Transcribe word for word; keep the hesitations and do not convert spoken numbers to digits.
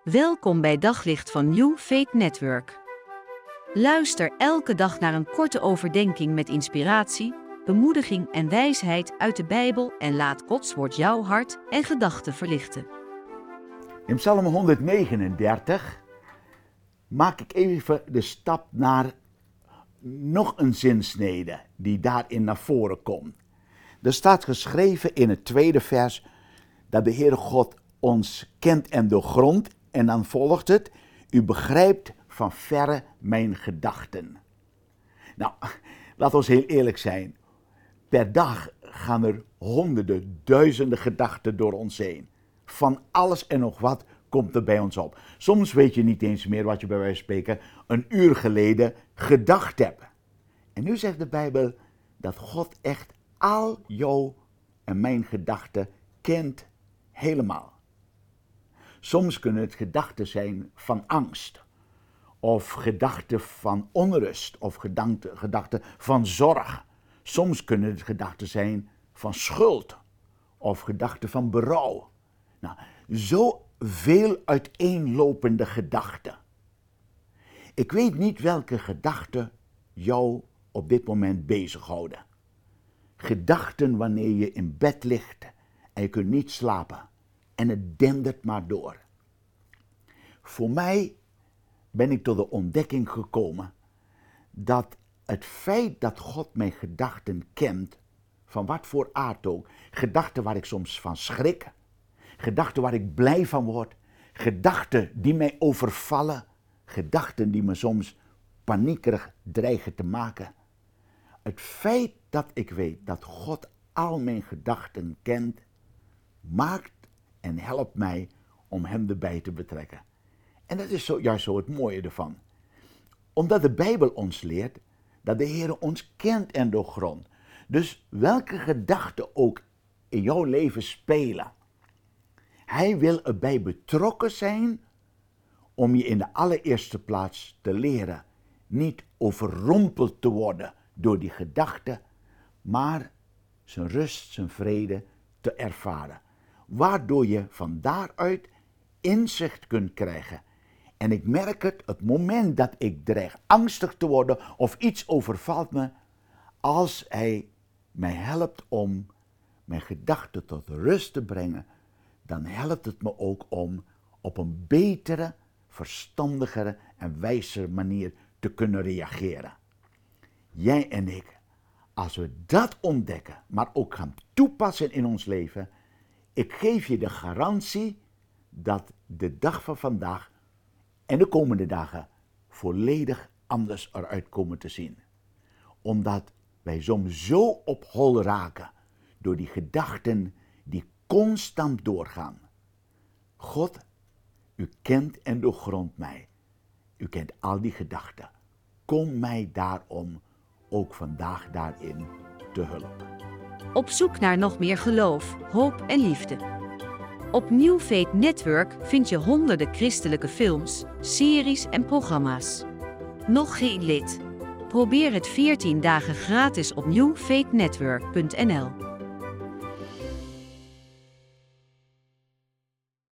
Welkom bij Daglicht van New Faith Network. Luister elke dag naar een korte overdenking met inspiratie, bemoediging en wijsheid uit de Bijbel en laat Gods woord jouw hart en gedachten verlichten. In Psalm honderdnegenendertig maak ik even de stap naar nog een zinsnede die daarin naar voren komt. Er staat geschreven in het tweede vers dat de Heere God ons kent en doorgrondt. En dan volgt het, u begrijpt van verre mijn gedachten. Nou, laat ons heel eerlijk zijn. Per dag gaan er honderden, duizenden gedachten door ons heen. Van alles en nog wat komt er bij ons op. Soms weet je niet eens meer wat je bij wijze van spreken een uur geleden gedacht hebt. En nu zegt de Bijbel dat God echt al jouw en mijn gedachten kent helemaal. Soms kunnen het gedachten zijn van angst, of gedachten van onrust, of gedachten, gedachten van zorg. Soms kunnen het gedachten zijn van schuld, of gedachten van berouw. Nou, zo veel uiteenlopende gedachten. Ik weet niet welke gedachten jou op dit moment bezighouden. Gedachten wanneer je in bed ligt en je kunt niet slapen. En het dendert maar door. Voor mij ben ik tot de ontdekking gekomen dat het feit dat God mijn gedachten kent, van wat voor aard ook, gedachten waar ik soms van schrik, gedachten waar ik blij van word, gedachten die mij overvallen, gedachten die me soms paniekerig dreigen te maken. Het feit dat ik weet dat God al mijn gedachten kent, maakt en helpt mij om hem erbij te betrekken. En dat is zo, juist zo het mooie ervan. Omdat de Bijbel ons leert dat de Heer ons kent en doorgrondt. Dus welke gedachten ook in jouw leven spelen, Hij wil erbij betrokken zijn om je in de allereerste plaats te leren niet overrompeld te worden door die gedachten, maar zijn rust, zijn vrede te ervaren. Waardoor je van daaruit inzicht kunt krijgen. En ik merk het, het moment dat ik dreig angstig te worden of iets overvalt me, als hij mij helpt om mijn gedachten tot rust te brengen, dan helpt het me ook om op een betere, verstandigere en wijzere manier te kunnen reageren. Jij en ik, als we dat ontdekken, maar ook gaan toepassen in ons leven, ik geef je de garantie dat de dag van vandaag en de komende dagen volledig anders eruit komen te zien. Omdat wij soms zo op hol raken door die gedachten die constant doorgaan. God, u kent en doorgrondt mij. U kent al die gedachten. Kom mij daarom ook vandaag daarin te hulp. Op zoek naar nog meer geloof, hoop en liefde. Op New Faith Network vind je honderden christelijke films, series en programma's. Nog geen lid? Probeer het veertien dagen gratis op new faith network punt n l.